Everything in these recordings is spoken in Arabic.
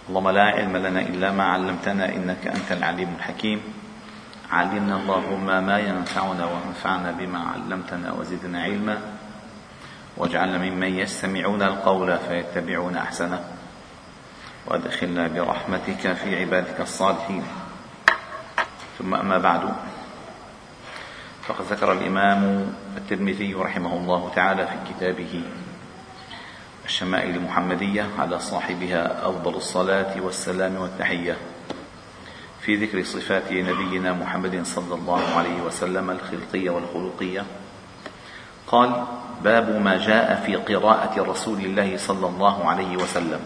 اللهم لا علم لنا إلا ما علمتنا إنك أنت العليم الحكيم. علمنا اللهم ما ينفعنا وانفعنا بما علمتنا وزدنا علما، واجعلنا ممن يستمعون القول فيتبعون أحسنه، وادخلنا برحمتك في عبادك الصالحين. ثم أما بعد، فقد ذكر الإمام الترمذي رحمه الله تعالى في كتابه الشمائل المحمدية على صاحبها أفضل الصلاة والسلام والتحية في ذكر صفات نبينا محمد صلى الله عليه وسلم الخلقية والخلقية، قال: باب ما جاء في قراءة رسول الله صلى الله عليه وسلم.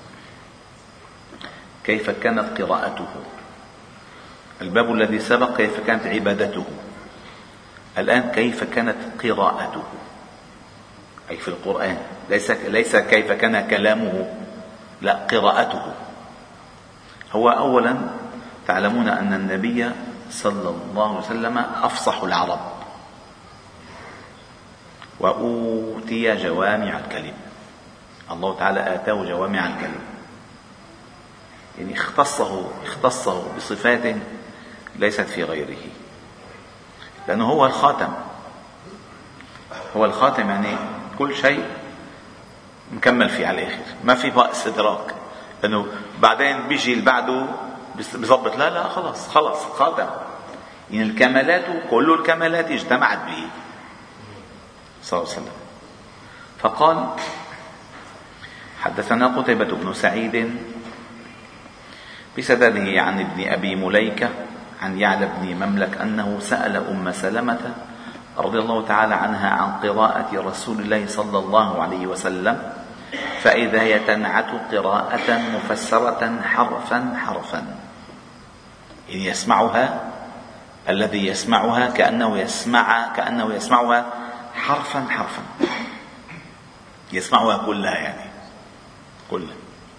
كيف كانت قراءته؟ الباب الذي سبق كيف كانت عبادته، الآن كيف كانت قراءته، أي في القرآن، ليس كيف كان كلامه، لا، قراءته. هو أولا تعلمون أن النبي صلى الله عليه وسلم أفصح العرب، وأوتي جوامع الكلم. الله تعالى آتاه جوامع الكلم، يعني اختصه بصفات ليست في غيره، لأنه هو الخاتم. يعني كل شيء مكمل فيه على الآخر، ما في بقى استدراك لأنه بعدين بيجي اللي بعده بيضبط. لا خلاص خاتم، يعني الكمالات، كل الكمالات اجتمعت به صلى الله عليه وسلم. فقال: حدثنا قتيبة بن سعيد بسنده عن ابن أبي مليكة عن يعلى بن مملك أنه سأل أم سلمة رضي الله تعالى عنها عن قراءة رسول الله صلى الله عليه وسلم، فإذا هي تنعت قراءة مفسرة حرفا، يعني يسمعها، الذي يسمعها كأنه يسمعها حرفا، يسمعها كلها، يعني كلها.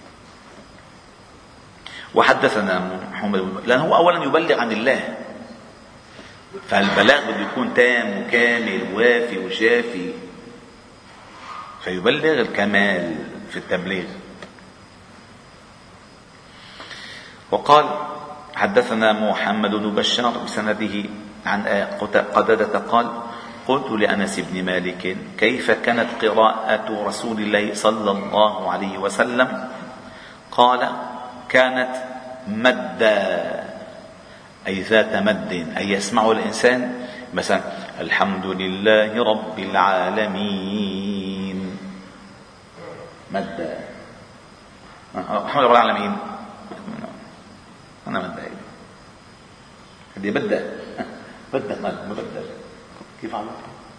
وحدثنا محمد، لأنه أولا يبلغ عن الله، فالبلاغ بده يكون تام وكامل ووافي وشافي، فيبلغ الكمال في التبليغ. وقال: حدثنا محمد بن بشار بسنده عن قتادة قال: قلت لأنس بن مالك: كيف كانت قراءة رسول الله صلى الله عليه وسلم؟ قال: كانت مدا، أي ذات مد، أي يسمع الإنسان مثلا: الحمد لله رب العالمين، مدا، الحمد لله رب العالمين، أنا مدا، هذه بدأ مبدل، كيف عمل؟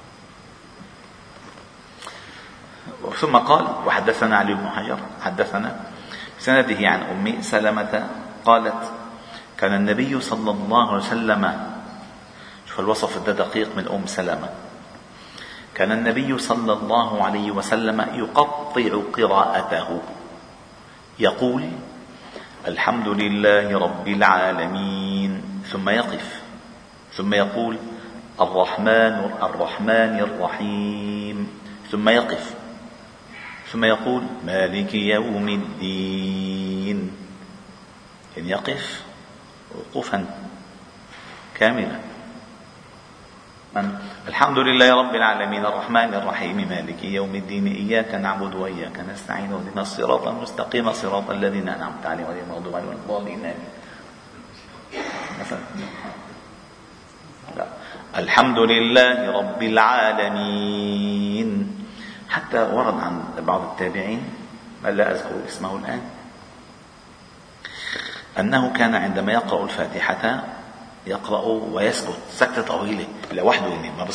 ثم قال: وحدثنا علي بن حجر حدثنا بسنده عن أم سلمة قالت: كان النبي صلى الله عليه وسلم، شوف الوصف الدقيق من أم سلمة، كان النبي صلى الله عليه وسلم يقطع قراءته، يقول: الحمد لله رب العالمين، ثم يقف، ثم يقول: الرحمن الرحيم، ثم يقف، ثم يقول: مالك يوم الدين، يعني يقف وقوفا كاملا. الحمد لله رب العالمين الرحمن الرحيم مالك يوم الدين إياك نعبد وإياك نستعين واهدنا الصراط المستقيم صراط الذين أنعمت عليهم غير المغضوب عليهم ولا الضالين. مثلا لا، الحمد لله رب العالمين. حتى ورد عن بعض التابعين، ما لا أذكر اسمه الآن، أنه كان عندما يقرأ الفاتحة يقرأ ويسكت سكتة طويلة لوحده، يعني ما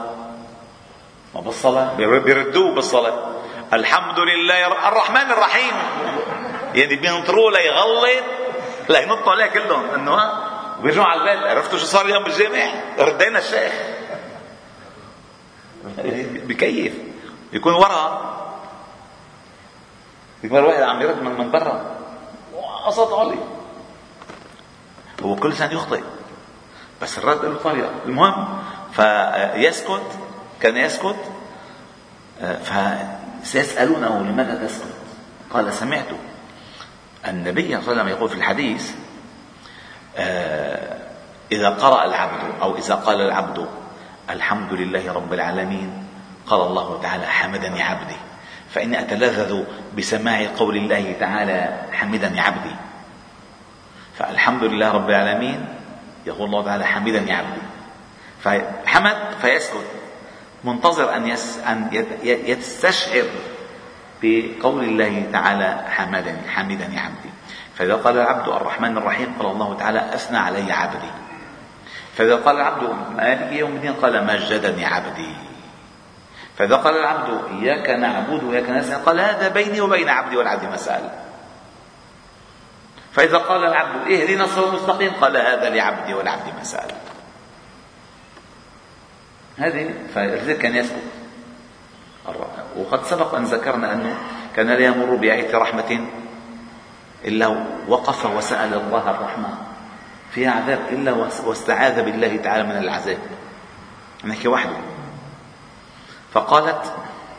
بالصلاة بيردوه بالصلاة: الحمد لله الرحمن الرحيم، يعني بينطروا ليغلط لا ينطوا عليه كلهم، انه بيرجعوا على البال. عرفتوا شو صار اليوم بالجامع؟ ردينا الشيخ بكيف يكون ورا، يكون الواحد عم يرد من برا وصوت عالي، هو كل سنة يخطئ بس الرد له طريقة. المهم فيسكت، كان يسكت، فسيسألونه: لماذا تسكت؟ قال: سمعت النبي صلى الله عليه وسلم يقول في الحديث إذا قرأ العبد أو إذا قال العبد الحمد لله رب العالمين قال الله تعالى حمدني عبدي، فإني أتلذذ بسماع قول الله تعالى حمدني عبدي. فالحمد لله رب العالمين يقول الله تعالى حمدني عبدي، فحمد فيسكت منتظر أن يستشعر بقول الله تعالى حمدني عبدي. فإذا قال العبد الرحمن الرحيم قال الله تعالى أثنى علي عبدي. فإذا قال العبد مالك يوم الدين قال مجدني عبدي. فإذا قال العبد إياك نعبد وإياك نستعين قال هذا بيني وبين عبدي والعبد مسألة. فإذا قال العبد اهدنا الصراط المستقيم قال هذا لعبدي والعبد مسألة. هذه فلذلك كان يسكت. وقد سبق أن ذكرنا أنه كان لا يمر بآية رحمة إلا وقف وسأل الله الرحمة فيها عذاب إلا واستعاذ بالله تعالى من العذاب، نحكي وحده. فقالت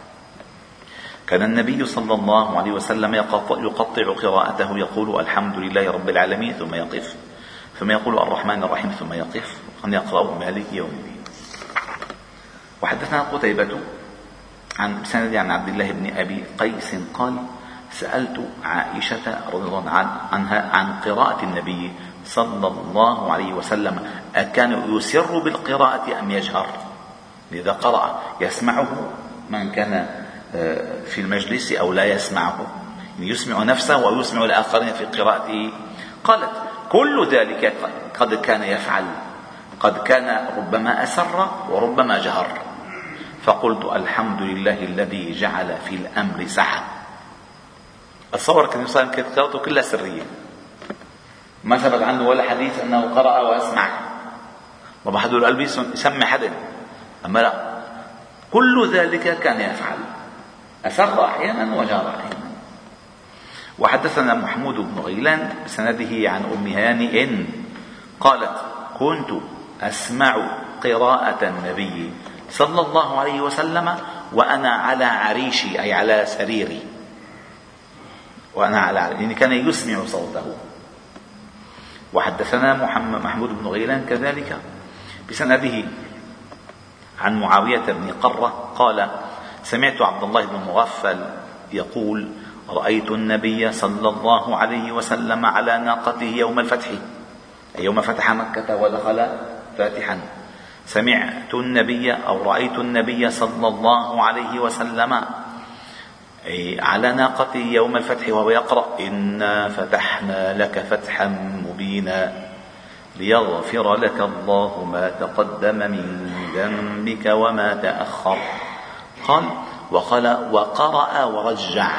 كان النبي صلى الله عليه وسلم يقطع قراءته يقول الحمد لله رب العالمين ثم يقف، ثم يقول الرحمن الرحيم ثم يقف، وأن يقرأ مالك يوم الدين. وحدثنا قتيبة عن سند عن عبد الله بن أبي قيس قال سألت عائشة رضي الله عنها عن قراءة النبي صلى الله عليه وسلم أكان يسر بالقراءة أم يجهر؟ إذا قرأ يسمعه من كان في المجلس أو لا يسمعه، يسمع نفسه ويسمع الآخرين في قراءته. قالت كل ذلك قد كان يفعل، قد كان ربما أسر وربما جهر. فقلت الحمد لله الذي جعل في الأمر سعة. أتصور كان يصير كانت قراءته كلها سرية، ما ثبت عنه ولا حديث أنه قرأ وأسمع، ما بحد القلب يسمع حدا، أما لا كل ذلك كان يفعل، أسر أحيانا وجهر أحيانا. وحدثنا محمود بن غيلان بسنده عن أم هانئ قالت كنت أسمع قراءة النبي صلى الله عليه وسلم وأنا على عريشي أي على سريري، وأنا على يعني كان يسمع صوته. وحدثنا محمود بن غيلان كذلك بسنده عن معاوية بن قرة قال سمعت عبد الله بن مغفل يقول رأيت النبي صلى الله عليه وسلم على ناقته يوم الفتح، أي يوم فتح مكة ودخل فاتحا. سمعت النبي أو رأيت النبي صلى الله عليه وسلم على ناقته يوم الفتح وهو يقرأ إنا فتحنا لك فتحا مبينا ليغفر لك الله ما تقدم من ذنبك وما تأخر. قال وقرأ ورجع.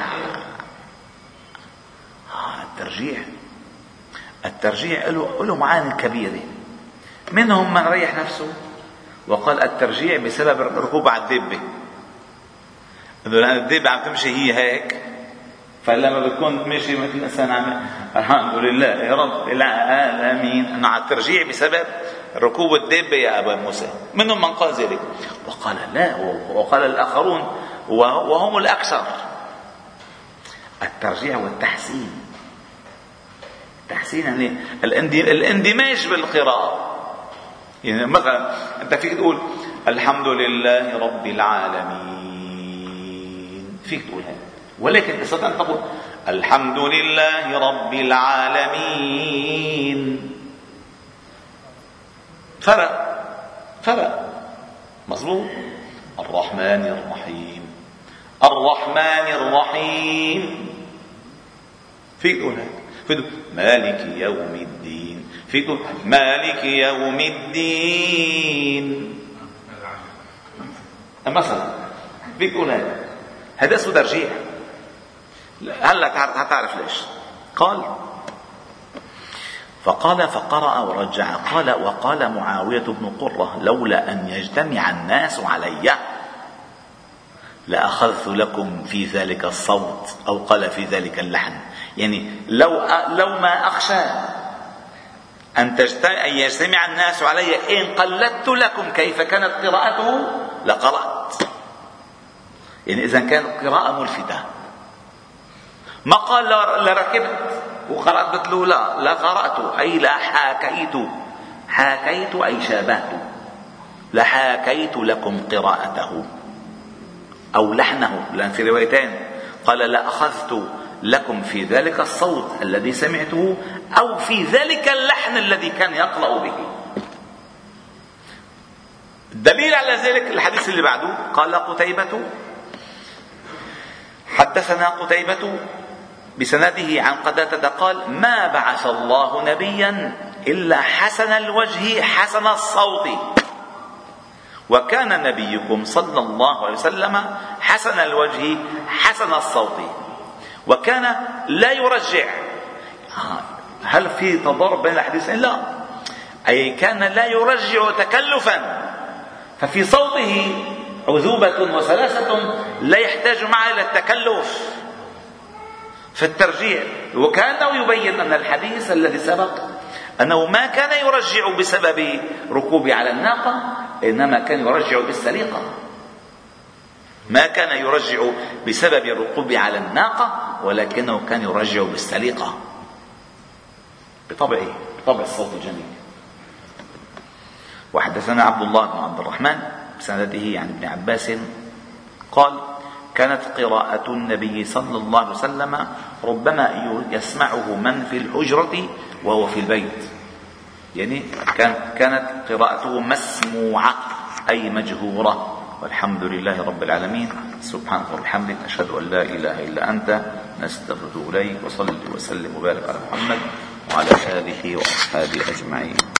الترجيع له معاني كبيرة، منهم من ريح نفسه وقال الترجيع بسبب الركوب على الدبة، لأن الدبة عم تمشي هي هيك، فلما بتكون ماشي مثل الإنسان عم الحمد لله يا رب العالمين، أنه على الترجيع بسبب ركوب الدبة يا أبا موسى. منهم من قال ذلك، وقال لا، وقال الآخرون وهم الأكثر الترجيع والتحسين. التحسين يعني الاندماج بالقراءة. يعني مثلا أنت فيك تقول الحمد لله رب العالمين، فيك تقول هذا، ولكن تستطيع أن تقول الحمد لله رب العالمين. فرق مظبوط. الرحمن الرحيم فيك تقول هذا. فيك تقول مالك يوم الدين، فيك تقول مالك يوم الدين مثلا، فيك تقول هذا اسمه ترجيع. هلا هتعرف ليش. قال فقرأ ورجع. قال وقال معاوية بن قرة لولا أن يجتمع الناس علي لأخذت لكم في ذلك الصوت، أو قال في ذلك اللحن. يعني لو ما أخشى أن يجتمع الناس علي إن قلدت لكم كيف كانت قراءته لقرأت. يعني إذا كانت قراءة ملفتة، ما قال لركبت، وقرأت مثل الأولى لا قرأت أي لا حاكيت، حاكيت أي شابهت، لحاكيت لكم قراءته أو لحنه، لأن في روايتين قال لأخذت لكم في ذلك الصوت الذي سمعته أو في ذلك اللحن الذي كان يقرأ به. الدليل على ذلك الحديث اللي بعده، قال قتيبة حدثنا قتيبة بسنده عن قتادة قال ما بعث الله نبيا إلا حسن الوجه حسن الصوت، وكان نبيكم صلى الله عليه وسلم حسن الوجه حسن الصوت، وكان لا يرجع. هل في تضارب بين الحديثين؟ لا، أي كان لا يرجع تكلفا، ففي صوته عذوبة وسلاسة لا يحتاج معه إلى التكلف في الترجيع. وكان يبين أن الحديث الذي سبق أنه ما كان يرجع بسبب ركوبه على الناقة، إنما كان يرجع بالسليقة. ما كان يرجع بسبب الركوب على الناقة، ولكنه كان يرجع بالسليقة بطبعه، بطبع الصوت الجميل. وحدثنا عبد الله بن عبد الرحمن بسنده عن ابن عباس قال كانت قراءة النبي صلى الله عليه وسلم ربما يسمعه من في الحجرة وهو في البيت، يعني كانت قراءته مسموعة أي مجهورة. والحمد لله رب العالمين، سبحانك وبحمدك، أشهد أن لا إله إلا أنت، نستغفرك إليك، وصلي وسلم وبارك على محمد وعلى آله وأصحابه أجمعين.